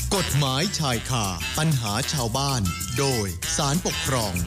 กฎหมายชายคาปัญหาชาวบ้านโดยศาลปกครอง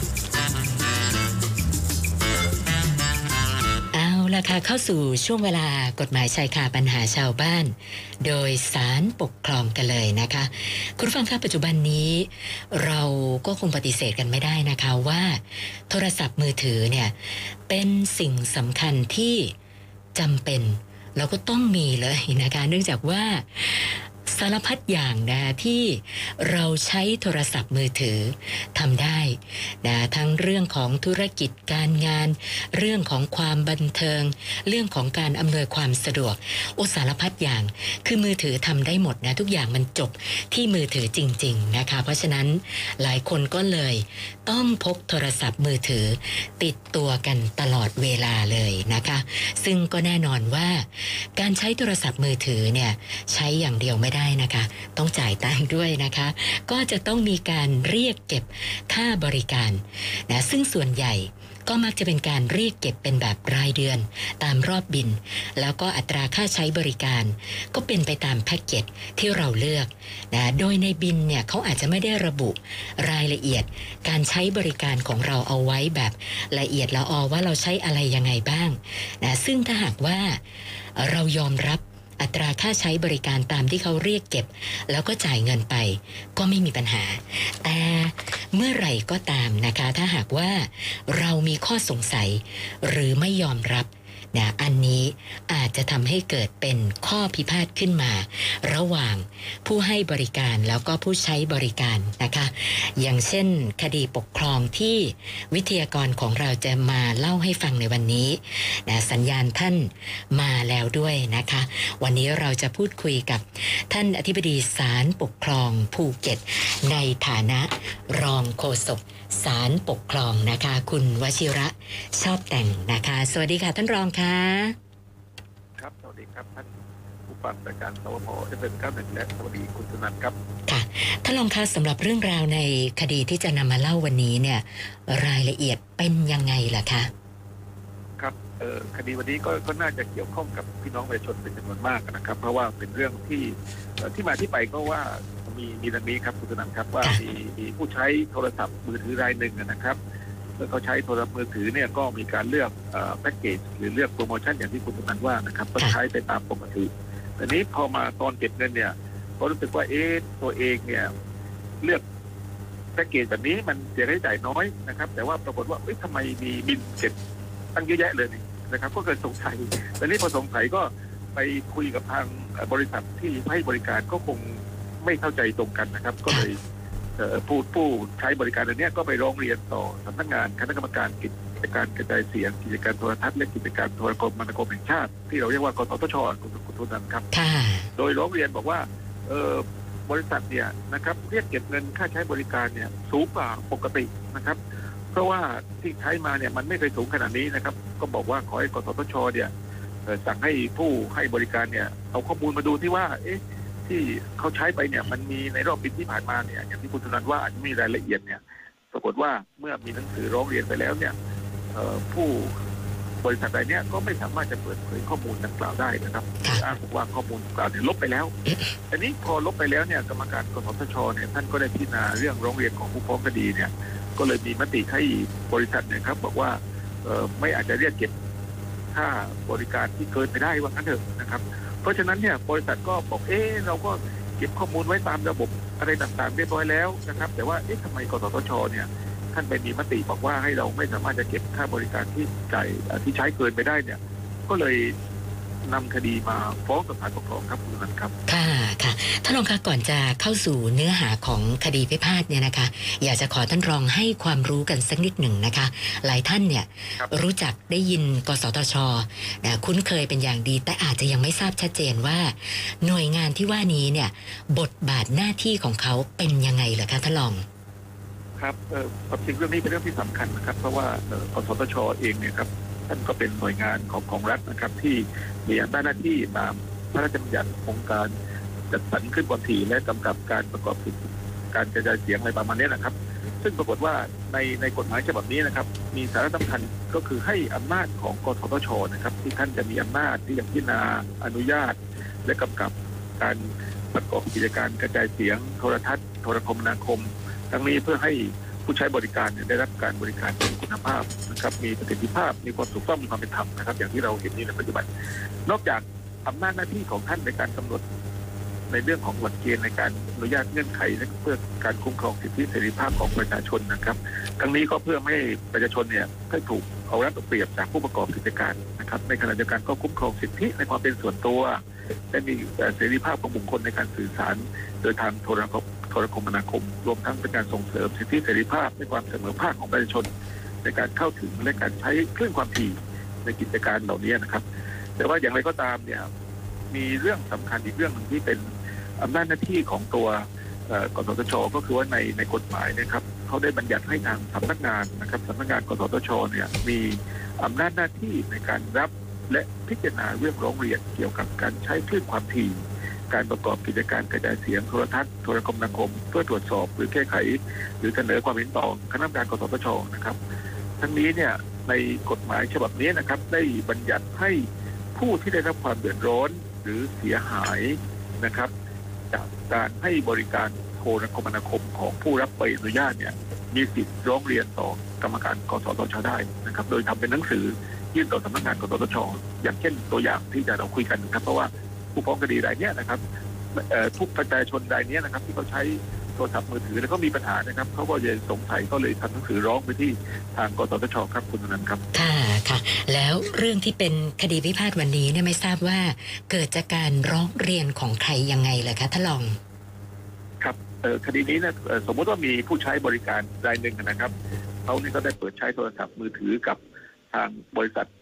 เอาล่ะค่ะเข้าสู่ช่วงเวลากฎหมายชายคาปัญหาชาวบ้านโดยศาลปกครองกันเลยนะคะคุณฟังค่ะปัจจุบันนี้เราก็คงปฏิเสธกันไม่ได้นะคะว่าโทรศัพท์มือถือเนี่ยเป็นสิ่งสำคัญที่จำเป็นเราก็ต้องมีเลยนะคะเนื่องจากว่าสารพัดอย่างนะที่เราใช้โทรศัพท์มือถือทำได้นะทั้งเรื่องของธุรกิจการงานเรื่องของความบันเทิงเรื่องของการอำนวยความสะดวกสารพัดอย่างคือมือถือทำได้หมดนะทุกอย่างมันจบที่มือถือจริงๆนะคะเพราะฉะนั้นหลายคนก็เลยต้องพกโทรศัพท์มือถือติดตัวกันตลอดเวลาเลยนะคะซึ่งก็แน่นอนว่าการใช้โทรศัพท์มือถือเนี่ยใช้อย่างเดียวไม่ได้นะคะต้องจ่ายตังค์ด้วยนะคะก็จะต้องมีการเรียกเก็บค่าบริการนะซึ่งส่วนใหญ่ก็มักจะเป็นการเรียกเก็บเป็นแบบรายเดือนตามรอบบินแล้วก็อัตราค่าใช้บริการก็เป็นไปตามแพ็กเกจที่เราเลือกนะโดยในบินเนี่ยเขาอาจจะไม่ได้ระบุรายละเอียดการใช้บริการของเราเอาไว้แบบละเอียดละออว่าเราใช้อะไรยังไงบ้างนะซึ่งถ้าหากว่าเรายอมรับอัตราค่าใช้บริการตามที่เขาเรียกเก็บแล้วก็จ่ายเงินไปก็ไม่มีปัญหาแต่เมื่อไหร่ก็ตามนะคะถ้าหากว่าเรามีข้อสงสัยหรือไม่ยอมรับนะอันนี้อาจจะทำให้เกิดเป็นข้อพิพาทขึ้นมาระหว่างผู้ให้บริการแล้วก็ผู้ใช้บริการนะคะอย่างเช่นคดีปกครองที่วิทยากรของเราจะมาเล่าให้ฟังในวันนี้นะสัญญาณท่านมาแล้วด้วยนะคะวันนี้เราจะพูดคุยกับท่านอธิบดีศาลปกครองภูเก็ตในฐานะรองโฆษกศาลปกครองนะคะคุณวชิระชอบแต่งนะคะสวัสดีค่ะท่านรองค่ะครับสวัสดีครับท่านผู้ฟังรายการสวพFM91และสวัสดีคุณสุนันท์ครับค่ะท่านรองคะสำหรับเรื่องราวในคดีที่จะนำมาเล่าวันนี้เนี่ยรายละเอียดเป็นยังไงล่ะคะครับคดีวันนี้ก็น่าจะเกี่ยวข้องกับพี่น้องประชาชนเป็นจำนวนมากนะครับเพราะว่าเป็นเรื่องที่มาที่ไปก็ว่ามีดังนี้ครับคุณสุนันท์ครับว่ามีผู้ใช้โทรศัพท์มือถือรายหนึ่งนะครับเมื่อเขาใช้โทรศัพท์มือถือเนี่ยก็มีการเลือกแพ็กเกจหรือเลือกโปรโมชั่นอย่างที่คุณสุนันท์ว่านะครับก็ใช้ไปตามปกติแต่นี้พอมาตอนเก็บเงินเนี่ยก็รู้สึกว่าตัวเองเนี่ยเลือกแพ็กเกจแบบนี้มันเสียค่าใช้จ่ายน้อยนะครับแต่ว่าปรากฏว่าทำไมมีบินเก็บตั้งเยอะแยะเลยนะครับก็เกิดสงสัยแต่นี้พอสงสัยก็ไปคุยกับทางบริษัทที่ให้บริการก็คงไม่เข้าใจตรงกันนะครับก็เลยผู้ใช้บริการอันนี้ก็ไปร้องเรียนต่อสำนักงานคณะกรรมการกิจการกระจายเสียงกิจการโทรทัศน์และกิจการโทรคมนาคมแห่งชาติที่เราเรียกว่ากสทช.คุณทุนนั้นครับโดยร้องเรียนบอกว่าบริษัทเนี่ยนะครับเรียกเก็บเงินค่าใช้บริการเนี่ยสูงกว่าปกตินะครับเพราะว่าที่ใช้มาเนี่ยมันไม่เคยสูงขนาดนี้นะครับก็บอกว่าขอให้กสทช.เนี่ยสั่งให้ผู้ให้บริการเนี่ยเอาข้อมูลมาดูที่ว่าที่เขาใช้ไปเนี่ยมันมีในรอบปีที่ผ่านมาเนี่ยอย่างที่คุณธนันท์ว่าอาจจะมีรายละเอียดเนี่ยปรากฏว่าเมื่อมีหนังสือร้องเรียนไปแล้วเนี่ยผู้บริษัทใดเนี่ยก็ไม่สามารถจะเปิดเผยข้อมูลดังกล่าวได้นะครับอ้างว่าข้อมูลดังกล่าวเนี่ยลบไปแล้วอันนี้พอลบไปแล้วเนี่ยกรรมการกสทช.เนี่ยท่านก็ได้พิจารณาเรื่องร้องเรียนของผู้ฟ้องคดีเนี่ยก็เลยมีมติให้บริษัทเนี่ยครับบอกว่าไม่อาจจะเรียกเก็บค่าบริการที่เกินไปได้ว่างั้นเถอะนะครับเพราะฉะนั้นเนี่ยบริษัทก็บอกเราก็เก็บข้อมูลไว้ตามระบบอะไรต่างๆเรียบร้อยแล้วนะครับแต่ว่าทำไมกสทช.เนี่ยท่านไปมีมติบอกว่าให้เราไม่สามารถจะเก็บค่าบริการที่จ่ายที่ใช้เกินไปได้เนี่ยก็เลยนำคดีมาฟ้องกับศาลปกครองครับคุณนันท์ครับค่ะท่านรองคะก่อนจะเข้าสู่เนื้อหาของคดีพิพาทเนี่ยนะคะอยากจะขอท่านรองให้ความรู้กันสักนิดหนึ่งนะคะหลายท่านเนี่ยรู้จักได้ยินกสทช.คุ้นเคยเป็นอย่างดีแต่อาจจะยังไม่ทราบชัดเจนว่าหน่วยงานที่ว่านี้เนี่ยบทบาทหน้าที่ของเขาเป็นยังไงเหรอคะท่านรองครับความจริงเรื่องนี้เป็นเรื่องที่สำคัญนะครับเพราะว่ากสทช.เองเนี่ยครับท่านก็เป็นหน่วยงานของรัฐนะครับที่มีอำนาจหน้าที่ตามพระราชบัญญัติองค์การจัดสรรขึ้นความถี่และกำกับการประกอบกิจการกระจายเสียงอะไรประมาณนี้นะครับซึ่งปรากฏว่าในกฎหมายฉบับนี้นะครับมีสาระสำคัญก็คือให้อำนาจของกสทช.นะครับที่ท่านจะมีอำนาจที่จะพิจารณาอนุญาตและกำกับการประกอบกิจการกระจายเสียงโทรทัศน์โทรคมนาคมทั้งนี้เพื่อให้ผู้ใช้บริการได้รับการบริการที่มีคุณภาพนะครับมีประสิทธิภาพมีความถูกต้องมีความเป็นธรรมนะครับอย่างที่เราเห็นนี้ในปัจจุบันนอกจากอำนาจหน้าที่ของท่านในการกำหนดในเรื่องของหลักเกณฑ์ในการอนุญาตเงื่อนไขและเพื่อการคุ้มครองสิทธิเสรีภาพของประชาชนนะครับทั้งนี้ก็เพื่อไม่ให้ประชาชนเนี่ยให้ถูกเอารัดเอาเปรียบจากผู้ประกอบกิจการนะครับในขณะเดียวกันก็คุ้มครองสิทธิในความเป็นส่วนตัวและมีเสรีภาพของบุคคลในการสื่อสารโดยทางโทรคมนาคมรวมทั้งเป็นการส่งเสริมสิทธิเสรีภาพในความเสมอภาคของประชาชนในการเข้าถึงและการใช้คลื่นความถี่ในกิจการเหล่านี้นะครับแต่ว่าอย่างไรก็ตามเนี่ยมีเรื่องสำคัญอีกเรื่องนึงที่เป็นอำนาจหน้าที่ของตัวกสทช.ก็คือว่าในกฎหมายนะครับเขาได้บัญญัติให้ทางสำนักงานนะครับสำนักงานกสทช.เนี่ยมีอำนาจหน้าที่ในการรับและพิจารณาเรื่องร้องเรียนเกี่ยวกับการใช้คลื่นความถี่การประกอบกิจการกระจายเสียงโทรทัศน์โทรคมนาคมเพื่อตรวจสอบหรือแก้ไขหรือเสนอความเห็นต่อคณะกรรมการกสทช.นะครับทั้งนี้เนี่ยในกฎหมายฉบับนี้นะครับได้บัญญัติให้ผู้ที่ได้รับความเดือดร้อนหรือเสียหายนะครับจากการให้บริการโทรคมนาคมของผู้รับใบอนุญาตเนี่ยมีสิทธิ์ร้องเรียนต่อกรรมการกสทช.ได้นะครับโดยทำเป็นหนังสือยื่นต่อสำนักงานกสทช.อย่างเช่นตัวอย่างที่เราคุยกันนะครับเพราะว่าผู้ฟ้องคดีรายนี้นะครับทุกประชาชนรายนี้นะครับที่เขาใช้โทรศัพท์มือถือแล้วก็มีปัญหานะครับเขาก็เลยสงสัยก็เลยทำหนังสือร้องไปที่ทางกสทช.ครับคุณนันท์ครับค่ะค่ะแล้วเรื่องที่เป็นคดีพิพาทวันนี้เนี่ยไม่ทราบว่าเกิดจากการร้องเรียนของใครยังไงเหรอคะท่านรองครับคดีนี้นะสมมติว่ามีผู้ใช้บริการรายหนึ่งนะครับเขานี่ก็ได้เปิดใช้โทรศัพท์มือถือกับทางบริษัท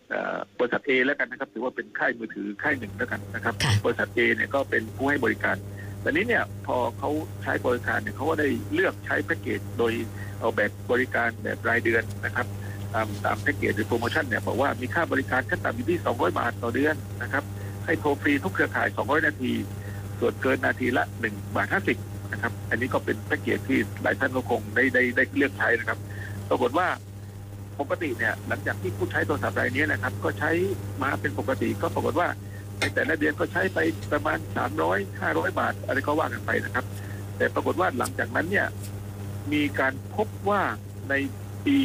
A แล้วกันนะครับถือว่าเป็นค่ายมือถือค่ายหนึ่งแล้วกันนะครับบริษัท A เนี่ยก็เป็นผู้ให้บริการแต่นี้เนี่ยพอเขาใช้บริการเนี่ยเขาก็ได้เลือกใช้แพ็กเกจโดยเอาแบบบริการแบบรายเดือนนะครับตามแพ็กเกจหรือโปรโมชั่นเนี่ยบอกว่ามีค่าบริการขั้นต่ำอยู่ที่200 บาทต่อเดือนนะครับให้โทรฟรีทุกเครือข่าย200 นาทีส่วนเกินนาทีละ1.50 บาทนะครับอันนี้ก็เป็นแพ็กเกจที่หลายท่านก็คงได้เลือกใช้นะครับปรากฏว่าปกติเนี่ยหลังจากที่ผู้ใช้โทรศัพท์รายนี้นะครับก็ใช้มาเป็นปกติก็ปรากฏว่าในแต่ละเดือนก็ใช้ไปประมาณ300-500 บาทอะไรก็ว่ากันไปนะครับแต่ปรากฏว่าหลังจากนั้นเนี่ยมีการพบว่าในปี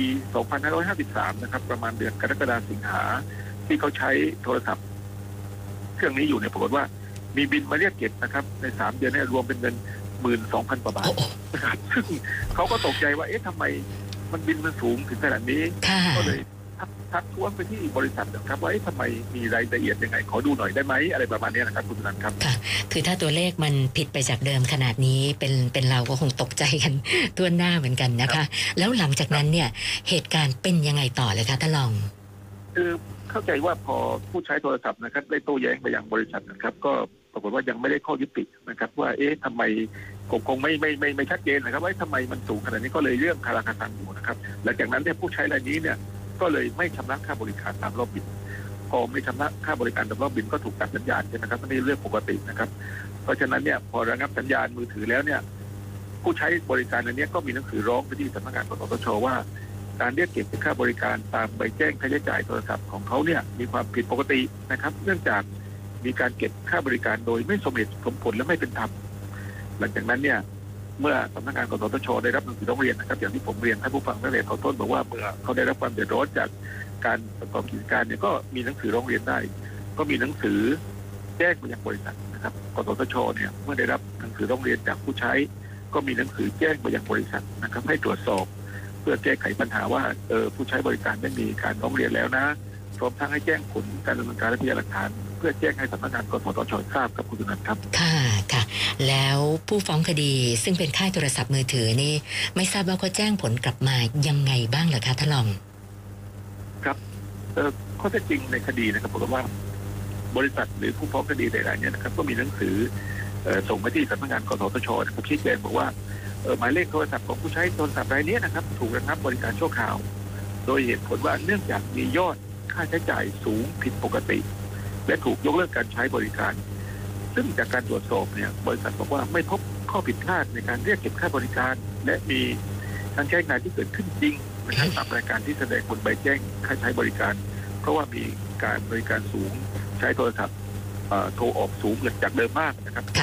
2553นะครับประมาณเดือนกรกฎาคมสิงหาที่เขาใช้โทรศัพท์เครื่องนี้อยู่เนี่ยปรากฏว่ามีบินมาเรียกเก็บนะครับใน3 เดือนเนี่ยรวมเป็นเงิน 12,000 กว่าบาทนะครับซึ่งเขาก็ตกใจว่าเอ๊ะทำไมมันบินมันสูงถึงขนาดนี้ก็เลยทักท้วงไปที่บริษัทนะครับว่าทำไมมีรายละเอียดยังไงขอดูหน่อยได้ไหมอะไรประมาณนี้นะครับคุณนันท์ครับค่ะคือถ้าตัวเลขมันผิดไปจากเดิมขนาดนี้เป็นเราก็คงตกใจกันทั่วหน้าเหมือนกันนะคะแล้วหลังจากนั้นเนี่ยเหตุการณ์เป็นยังไงต่อเลยคะท่านรองคือเข้าใจว่าพอผู้ใช้โทรศัพท์นะครับได้โต้แย้งไปยังบริษัทนะครับก็ปรากฏว่ายังไม่ได้ข้อยุตินะครับว่าทำไมคงไม่ชัดเจนนะครับว่าทำไมมันสูงขนาดนี้ก็เลยเรื่องคาราคาซังอยู่นะครับหลังจากนั้นเนี่ยผู้ใช้รายนี้เนี่ยก็เลยไม่ชำระค่าบริการตามรอบบินพอไม่ชำระค่าบริการตามรอบบินก็ถูกตัดสัญญาณใช่ไหมครับนี่เรื่องปกตินะครับเพราะฉะนั้นเนี่ยพอระงับสัญญาณมือถือแล้วเนี่ยผู้ใช้บริการอันนี้ก็มีหนังสือร้องไปที่สำนักงานกสทช.ว่าการเรียกเก็บค่าบริการตามใบแจ้งค่าใช้จ่ายโทรศัพท์ของเขาเนี่ยมีความผิดปกตินะครับเนื่องจากมีการเก็บค่าบริการโดยไม่สมเหตุสมผลและไม่เป็นธรรมหลังจากนั้นเนี่ยเมื่อสำนักงานกสทช.ได้รับหนังสือร้องเรียนนะครับอย่างที่ผมเรียนให้ผู้ฟังตั้งแต่ตอนต้นบอกว่าเมื่อเขาได้รับความเดือดร้อนจากการประกอบกิจการเนี่ยก็มีหนังสือร้องเรียนได้ก็มีหนังสือแจ้งไปยังบริษัทนะครับกสทช.เนี่ยเมื่อได้รับหนังสือร้องเรียนจากผู้ใช้ก็มีหนังสือแจ้งไปยังบริษัทนะครับให้ตรวจสอบเพื่อแก้ไขปัญหาว่าผู้ใช้บริการได้มีการร้องเรียนแล้วนะพร้อมทั้งให้แจ้งผลการดำเนินการและพยานหลักฐานเพื่อแจ้งให้สำนักงานกสทช.ทราบกับคุณนันท์ครับค่ะค่ะแล้วผู้ฟ้องคดีซึ่งเป็นค่ายโทรศัพท์มือถือนี่ไม่ทราบว่าเขาแจ้งผลกลับมายังไงบ้างเหรอคะท่านรองครับข้อเท็จจริงในคดีนะครับผมว่าบริษัทหรือผู้ฟ้องคดีใดๆเนี่ยนะครับก็มีหนังสือส่งไปที่สำนักงานกสทช.นะครับชี้แจงบอกว่าหมายเลขโทรศัพท์ของผู้ใช้โทรศัพท์รายนี้นะครับถูกระงับบริการชั่วคราวโดยเหตุผลว่าเนื่องจากมียอดค่าใช้จ่ายสูงผิดปกติและถูกยกเลิกการใช้บริการซึ่งจากการตรวจสอบเนี่ยบริษัทบอกว่าไม่พบข้อผิดพลาดในการเรียกเก็บค่าบริการและมีการใช้งานที่เกิดขึ้นจริงนะครับตามรายการที่แสดงบนใบแจ้งค่าใช้บริการเพราะว่ามีการบริการสูงใช้โทรศัพท์โทรออกสูงจากเดิมมากนะครับ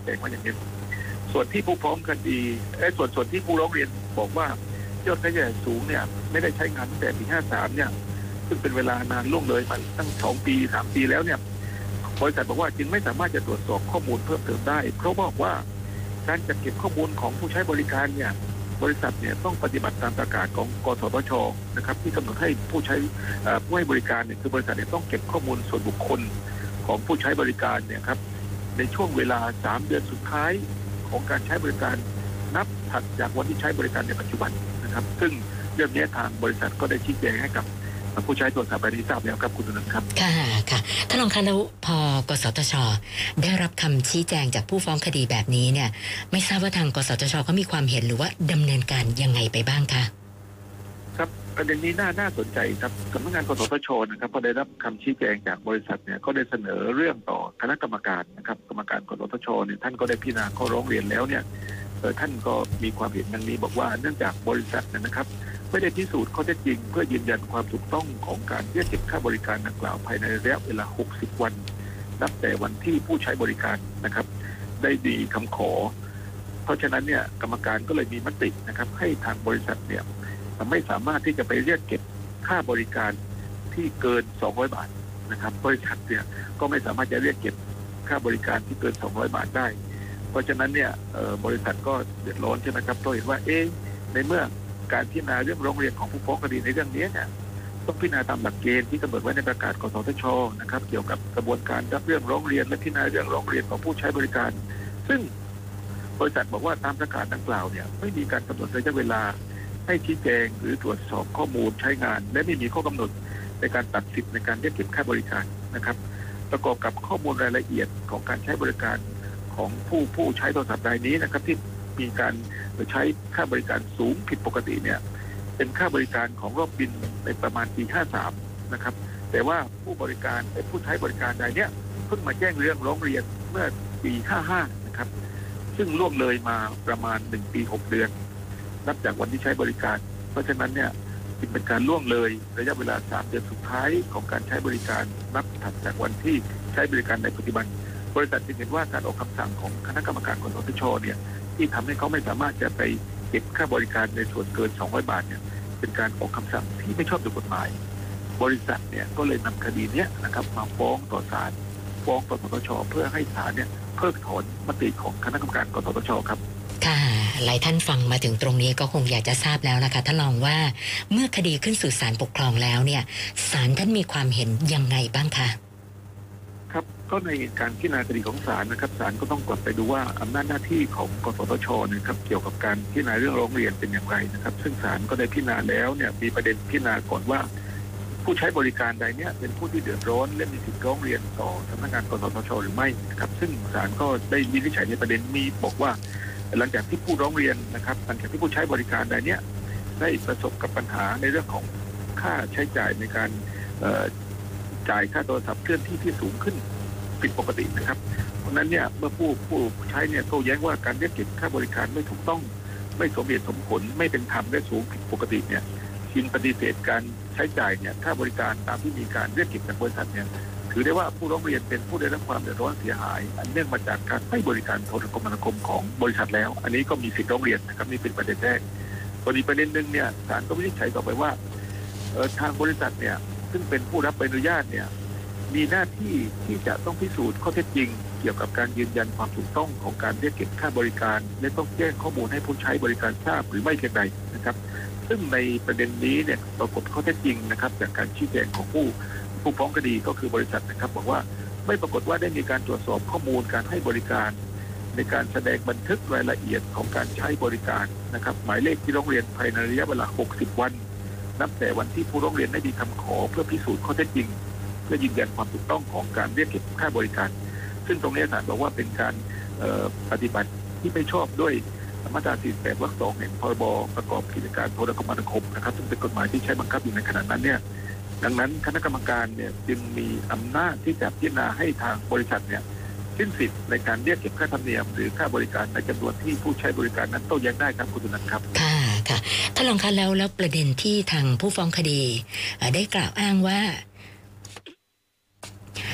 จงว่าอย่างนี้ส่วนที่ผู้ฟ้องคดีส่วนที่ผู้ร้องเรียนบอกว่ายอดค่าใช้จ่ายสูงเนี่ยไม่ได้ใช้งานตั้งแต่ปี53เนี่ยซึ่งเป็นเวลานานล่วงเลยมาตั้ง2 ปี 3 ปีแล้วเนี่ยบริษัทบอกว่าจึงไม่สามารถจะตรวจสอบข้อมูลเพิ่มเติมได้เพราะบอกว่าการจัดเก็บข้อมูลของผู้ใช้บริการเนี่ยบริษัทเนี่ยต้องปฏิบัติตามประกาศของกสทช.นะครับที่กำหนดให้ผู้ให้บริการเนี่ยคือบริษัทเนี่ยต้องเก็บข้อมูลส่วนบุคคลของผู้ใช้บริการเนี่ยครับในช่วงเวลา3 เดือนสุดท้ายของการใช้บริการนับถัดจากวันที่ใช้บริการในปัจจุบันนะครับซึ่งเรื่องนี้ทางบริษัทก็ได้ชี้แจงให้กับผู้ใช้โทรศัพท์รายนี้ทราบแล้วครับคุณนันท์ครับค่ะค่ะท่านรองคะแล้วพอกสทช.ได้รับคำชี้แจงจากผู้ฟ้องคดีแบบนี้เนี่ยไม่ทราบว่าทางกสทช.เขามีความเห็นหรือว่าดำเนินการยังไงไปบ้างคะครับประเด็นนี้น่าสนใจครับสำนักงานกสทช.นะครับพอได้รับคำชี้แจงจากบริษัทเนี่ยก็ได้เสนอเรื่องต่อคณะกรรมการนะครับกรรมการกสทช.เนี่ยท่านก็ได้พิจารณาข้อร้องเรียนแล้วเนี่ยท่านก็มีความเห็นดังนี้บอกว่าเนื่องจากบริษัทนะครับไม่ได้พิสูจน์ข้อเท็จจริงเพื่อยืนยันความถูกต้องของการเรียกเก็บค่าบริการดังกล่าวภายในระยะเวลา60 วันนับแต่วันที่ผู้ใช้บริการนะครับได้ดีคำขอเพราะฉะนั้นเนี่ยกรรมการก็เลยมีมตินะครับให้ทางบริษัทเนี่ยไม่สามารถที่จะไปเรียกเก็บค่าบริการที่เกิน200 บาทนะครับบริษัทเนี่ยก็ไม่สามารถจะเรียกเก็บค่าบริการที่เกิน200 บาทได้เพราะฉะนั้นเนี่ยบริษัทก็เดือดร้อนใช่ไหมครับเพราะเห็นว่าในเมื่อการพิจารณาเรื่องร้องเรียนของผู้ฟ้องคดีในเรื่องนี้เนี่ยต้องพิจารณาตามหลักเกณฑ์ที่กำหนดไว้ในประกาศกสทช.นะครับเกี่ยวกับกระบวนการรับเรื่องร้องเรียนและพิจารณาเรื่องร้องเรียนของผู้ใช้บริการซึ่งบริษัทบอกว่าตามประกาศดังกล่าวเนี่ยไม่มีการกำหนดระยะเวลาให้ชี้แจงหรือตรวจสอบข้อมูลใช้งานและไม่มีข้อกำหนดในการตัดสิทธิ์ในการเรียกเก็บค่าบริการนะครับประกอบกับข้อมูลรายละเอียดของการใช้บริการของผู้ใช้โทรศัพท์รายนี้นะครับที่มีการใช้ค่าบริการสูงผิดปกติเนี่ยเป็นค่าบริการของรอบบินในประมาณปี53นะครับแต่ว่าผู้ใช้บริการรายนี้เพิ่งมาแจ้งเรื่องร้องเรียนเมื่อปี55นะครับซึ่งล่วงเลยมาประมาณ1 ปี 6 เดือนนับจากวันที่ใช้บริการเพราะฉะนั้นเนี่ยจึงเป็นการล่วงเลยระยะเวลา3 เดือนสุดท้ายของการใช้บริการนับถัดจากวันที่ใช้บริการในปัจจุบันบริษัทจึงเห็นว่าการออกคำสั่งของคณะกรรมการกสทช.เนี่ยที่ทำให้เขาไม่สามารถจะไปเก็บค่าบริการในส่วนเกิน200 บาทเนี่ยเป็นการออกคำสั่งที่ไม่ชอบด้วยกฎหมายบริษัทเนี่ยก็เลยนำคดีนี้นะครับมาฟ้องต่อศาลฟ้องต่อกสทช.เพื่อให้ศาลเนี่ยเพิกถอนมติของคณะกรรมการกสทช.ครับค่ะหลายท่านฟังมาถึงตรงนี้ก็คงอยากจะทราบแล้วนะคะท่านรองว่าเมื่อคดีขึ้นสู่ศาลปกครองแล้วเนี่ยศาลท่านมีความเห็นยังไงบ้างคะครับก็ในการพิจารณาคดีของศาลนะครับศาลก็ต้องกลับไปดูว่าอำนาจหน้าที่ของกสทช.นะครับเกี่ยวกับการพิจารณาเรื่องร้องเรียนเป็นอย่างไรนะครับซึ่งศาลก็ได้พิจารณาแล้วเนี่ยมีประเด็นพิจารณาก่อนว่าผู้ใช้บริการใดเนี่ยเป็นผู้ที่เดือดร้อนและมีสิทธิร้องเรียนต่อสำนักงานกสทช.หรือไม่นะครับซึ่งศาลก็ได้วินิจฉัยในประเด็นมีบอกว่าหลังจากที่ผู้ร้องเรียนนะครับหลังจากที่ผู้ใช้บริการใดเนี่ยได้ประสบกับปัญหาในเรื่องของค่าใช้จ่ายในการจ่ายค่าโทรศัพท์เคลื่อนที่ที่สูงขึ้นผิดปกตินะครับเพราะนั้นเนี่ยเมื่อผู้ใช้เนี่ยโต้แย้งว่าการเรียกเก็บค่าบริการไม่ถูกต้องไม่สมเหตุสมผลไม่เป็นธรรมและสูงผิดปกติเนี่ยจึงปฏิเสธการใช้จ่ายเนี่ยค่าบริการตามที่มีการเรียกเก็บจากบริษัทเนี่ยถือได้ว่าผู้ร้องเรียนเป็นผู้ได้รับความเดือดร้อนเสียหายอันเนื่องมาจากการให้บริการโทรคมนาคมของบริษัทแล้วอันนี้ก็มีสิทธิร้องเรียนนะครับนี่เป็นประเด็นแรกประเด็นหนึ่งเนี่ยศาลก็วินิจฉัยต่อไปว่าทางบริษัทเนี่ยซึ่งเป็นผู้รับใบอนุญาตเนี่ยมีหน้าที่ที่จะต้องพิสูจน์ข้อเท็จจริงเกี่ยวกับการยืนยันความถูกต้องของการเรียกเก็บค่าบริการและต้องแจ้งข้อมูลให้ผู้ใช้บริการทราบหรือไม่เพียงใดนะครับซึ่งในประเด็นนี้เนี่ยปรากฏข้อเท็จจริงนะครับจากการชี้แจงของผู้ฟ้องคดีก็คือบริษัทนะครับบอกว่าไม่ปรากฏว่าได้มีการตรวจสอบข้อมูลการให้บริการในการแสดงบันทึกรายละเอียดของการใช้บริการนะครับหมายเลขที่ร้องเรียนภายในระยะเวลา60 วันนับแต่วันที่ผู้ร้องเรียนได้มีคำขอเพื่อพิสูจน์ข้อเท็จจริงเพื่อยืนยันความถูกต้องของการเรียกเก็บค่าบริการซึ่งตรงนี้ศาลบอกว่าเป็นการปฏิบัติที่ไม่ชอบด้วยมาตรา 48 วรรค 2 แห่งพรบประกอบกิจการโทรคมนาคมนะครับซึ่งเป็นกฎหมายที่ใช้บังคับอยู่ในขณะนั้นเนี่ยดังนั้นคณะกรรมการเนี่ยจึงมีอำนาจที่จะพิจารณาให้ทางบริษัทเนี่ยสิ้นสิทธิ์ในการเรียกเก็บค่าธรรมเนียมหรือค่าบริการในจำนวนที่ผู้ใช้บริการนั้นโต้แย้งได้ครับคุณตุนันท์ครับค่ะค่ะท่านรองคะแล้วประเด็นที่ทางผู้ฟ้องคดีได้กล่าวอ้างว่า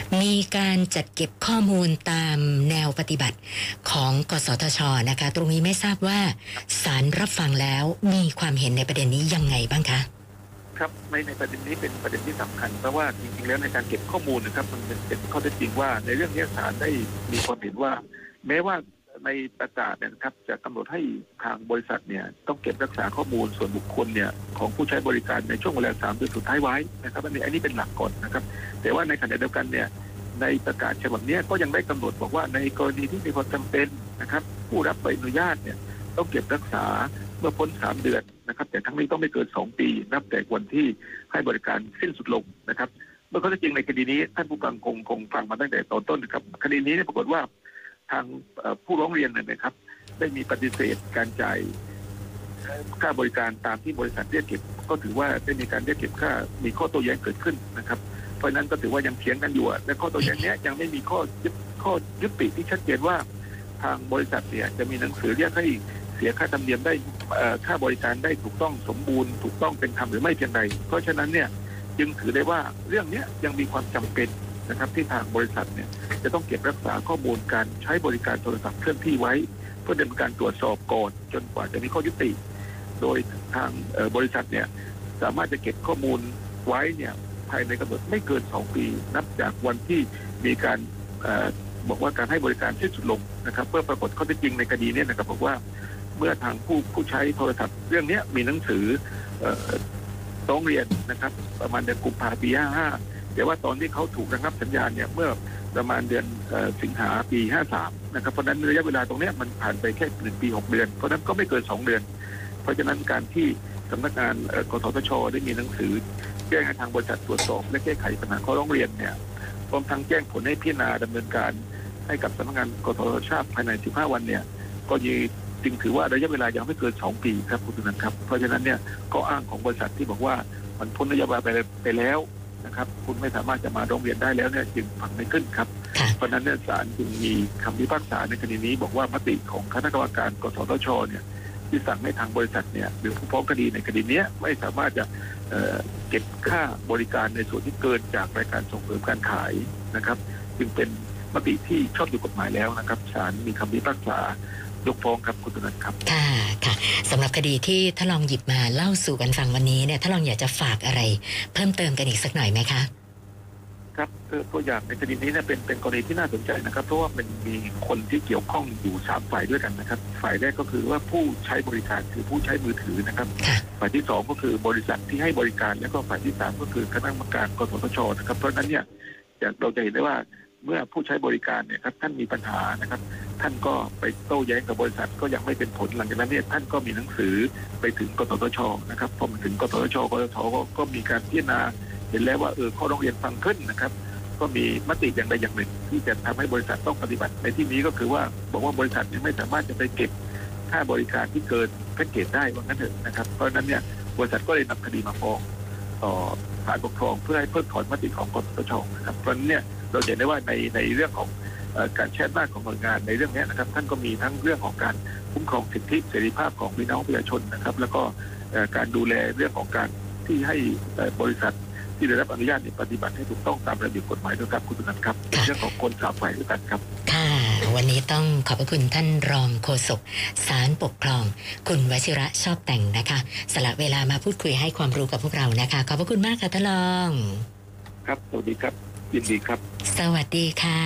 มีการจัดเก็บข้อมูลตามแนวปฏิบัติของกสทช.นะคะตรงนี้ไม่ทราบว่าศาลรับฟังแล้วมีความเห็นในประเด็นนี้ยังไงบ้างคะครับในประเด็นนี้เป็นประเด็นที่สำคัญเพราะว่าจริงๆแล้วในการเก็บข้อมูลนะครับมันเป็นข้อเท็จจริงว่าในเรื่องนี้ศาลได้มีความเห็นว่าแม้ว่าในประกาศเนี่ยนะครับจะกำหนดให้ทางบริษัทเนี่ยต้องเก็บรักษาข้อมูลส่วนบุคคลเนี่ยของผู้ใช้บริการในช่วงเวลา3 เดือนสุดท้ายไว้นะครับอันนี้เป็นหลักก่อนนะครับแต่ว่าในขณะเดียวกันเนี่ยในประกาศฉบับนี้ก็ยังได้กำหนดบอกว่าในกรณีที่มีความจำเป็นนะครับผู้รับใบอนุญาตเนี่ยต้องเก็บรักษาเมื่อพ้น3 เดือนนะครับแต่ทั้งนี้ต้องไม่เกิน2 ปีนับแต่วันที่ให้บริการสิ้นสุดลงนะครับเมื่อข้อเท็จจริงในคดีนี้ท่านผู้ฟังคงฟังมาตั้งแต่ตอนต้นนะครับคดีนี้ปรากฏว่าทางผู้ร้องเรียนนะครับได้มีปฏิเสธการจ่ายค่าบริการตามที่บริษัทเรียกเก็บก็ถือว่าได้มีการเรียกเก็บค่ามีข้อโต้แย้งเกิดขึ้นนะครับเพราะนั้นก็ถือว่ายังเถียงกันอยู่และข้อโต้แย้งนี้ยังไม่มีข้อยุติที่ชัดเจนว่าทางบริษัทเนี่ยจะมีหนังสือเรียกให้เสียค่าธรรมเนียมได้ค่าบริการได้ถูกต้องสมบูรณ์ถูกต้องเป็นธรรมหรือไม่เพียงใดเพราะฉะนั้นเนี่ยจึงถือได้ว่าเรื่องนี้ยังมีความจำเป็นนะครับที่ทางบริษัทเนี่ยจะต้องเก็บรักษาข้อมูลการใช้บริการโทรศัพท์เคลื่อนที่ไว้เพื่อดำเนินการตรวจสอบก่อนจนกว่าจะมีข้อยุติโดยทางบริษัทเนี่ยสามารถจะเก็บข้อมูลไว้เนี่ยภายในกำหนดไม่เกิน2 ปีนับจากวันที่มีการบอกว่าการให้บริการสิ้นสุดลงนะครับเพื่อปรากฏข้อเท็จจริงในคดีนี้นะครับบอกว่าเมื่อทางผู้ใช้โทรศัพท์เรื่องนี้มีหนังสือร้องเรียนนะครับประมาณเดือนกุมภาพันธ์ปี 55แต่ว่าตอนที่เขาถูกระงับสัญญาณเนี่ยเมื่อประมาณเดือนสิงหาปี 53นะครับเพราะนั้นระยะเวลาตรงนี้มันผ่านไปแค่1 ปี 6 เดือนเพราะนั้นก็ไม่เกิน2 เดือนเพราะฉะนั้นการที่สำนักงานกสทช.ได้มีหนังสือแจ้งให้ทางบริษัทตรวจสอบและแก้ไขปัญหาข้อร้องเรียนเนี่ยพร้อมทั้งแจ้งผลให้พิจารณาดำเนินการให้กับสำนักงานกสทช.ภายใน15 วันเนี่ยก็จึงถือว่าระยะเวลายังไม่เกิน2 ปีครับคุณตุนันครับเพราะฉะนั้นเนี่ยข้ออ้างของบริษัทที่บอกว่ามันพ้นระยะเวลาไปแล้วนะครับคุณไม่สามารถจะมาร้องเรียนได้แล้วเนี่ยจึงฟังไม่ขึ้นครับเพราะฉะนั้นเนี่ยศาลจึงมีคำพิพากษาในคดีนี้บอกว่ามติของคณะกรรมการกสทช.เนี่ยที่สั่งให้ทางบริษัทเนี่ยหรือผู้ฟ้องคดีในคดีนี้ไม่สามารถจะเก็บค่าบริการในส่วนที่เกินจากรายการส่งเสริมการขายนะครับจึงเป็นมติที่ชอบด้วยกฎหมายแล้วนะครับศาลมีคำพิพากษายกฟ้องครับคุณตุนันครับค่ะสำหรับคดีที่ท่านรองหยิบมาเล่าสู่กันฟังวันนี้เนี่ยท่านรองอยากจะฝากอะไรเพิ่มเติมกันอีกสักหน่อยไหมคะครับตัวอย่างในคดีนี้เนี่ยเป็นกรณีที่น่าสนใจนะครับเพราะว่ามันมีคนที่เกี่ยวข้องอยู่3 ฝ่ายด้วยกันนะครับฝ่ายแรกก็คือว่าผู้ใช้บริการคือผู้ใช้มือถือนะครับฝ่ายที่2ก็คือบริษัทที่ให้บริการและก็ฝ่ายที่3ก็คือคณะกรรมการกสทช.นะครับเพราะฉะนั้นเนี่ยเราจะเห็นได้ว่าเมื่อผู้ใช้บริการเนี่ยครับท่านมีปัญหานะครับท่านก็ไปโต้แย้งกับบริษัทก็ยังไม่เป็นผลหลังจากนั้นเนี่ยท่านก็มีหนังสือไปถึงกสทช.นะครับพอมาถึงกสทช.ก็มีการพิจารณาเห็นแล้วว่าข้อร้องเรียนฟังขึ้นนะครับก็มีมติอย่างใดอย่างหนึ่งที่จะทำให้บริษัทต้องปฏิบัติในที่นี้ก็คือว่าบอกว่าบริษัทไม่สามารถจะไปเก็บค่าบริการที่เกินแพ็กเกจได้ว่างั้นเถอะนะครับเพราะฉะนั้นเนี่ยบริษัทก็เลยนำคดีมาฟ้องต่อศาลปกครองเพื่อให้เพิกถอนมติของกสทช.นะครับเพราะฉะนั้นเนี่ยเราเห็นได้ว่าในเรื่องของการใช้อำนาจของหน่วยงานในเรื่องนี้นะครับท่านก็มีทั้งเรื่องของการคุ้มครองสิทธิเสรีภาพของพี่น้องประชาชนนะครับแล้วก็การดูแลเรื่องของการที่ให้บริษัทที่ได้รับอนุญาตปฏิบัติให้ถูกต้องตามระเบียบกฎหมายด้วยครับคุณตุนันครับเป็นเรื่องของคน3 ฝ่ายด้วยกันครับค่ะวันนี้ต้องขอบพระคุณท่านรองโฆษกศาลปกครองคุณวชิระชอบแต่งนะคะสละเวลามาพูดคุยให้ความรู้กับพวกเรานะคะขอบพระคุณมากค่ะท่านรองครับสวัสดีครับยินดีครับสวัสดีค่ะ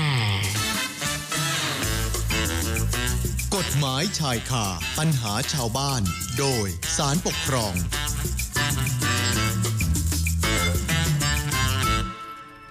กฎหมายชายคาปัญหาชาวบ้านโดยศาลปกครอง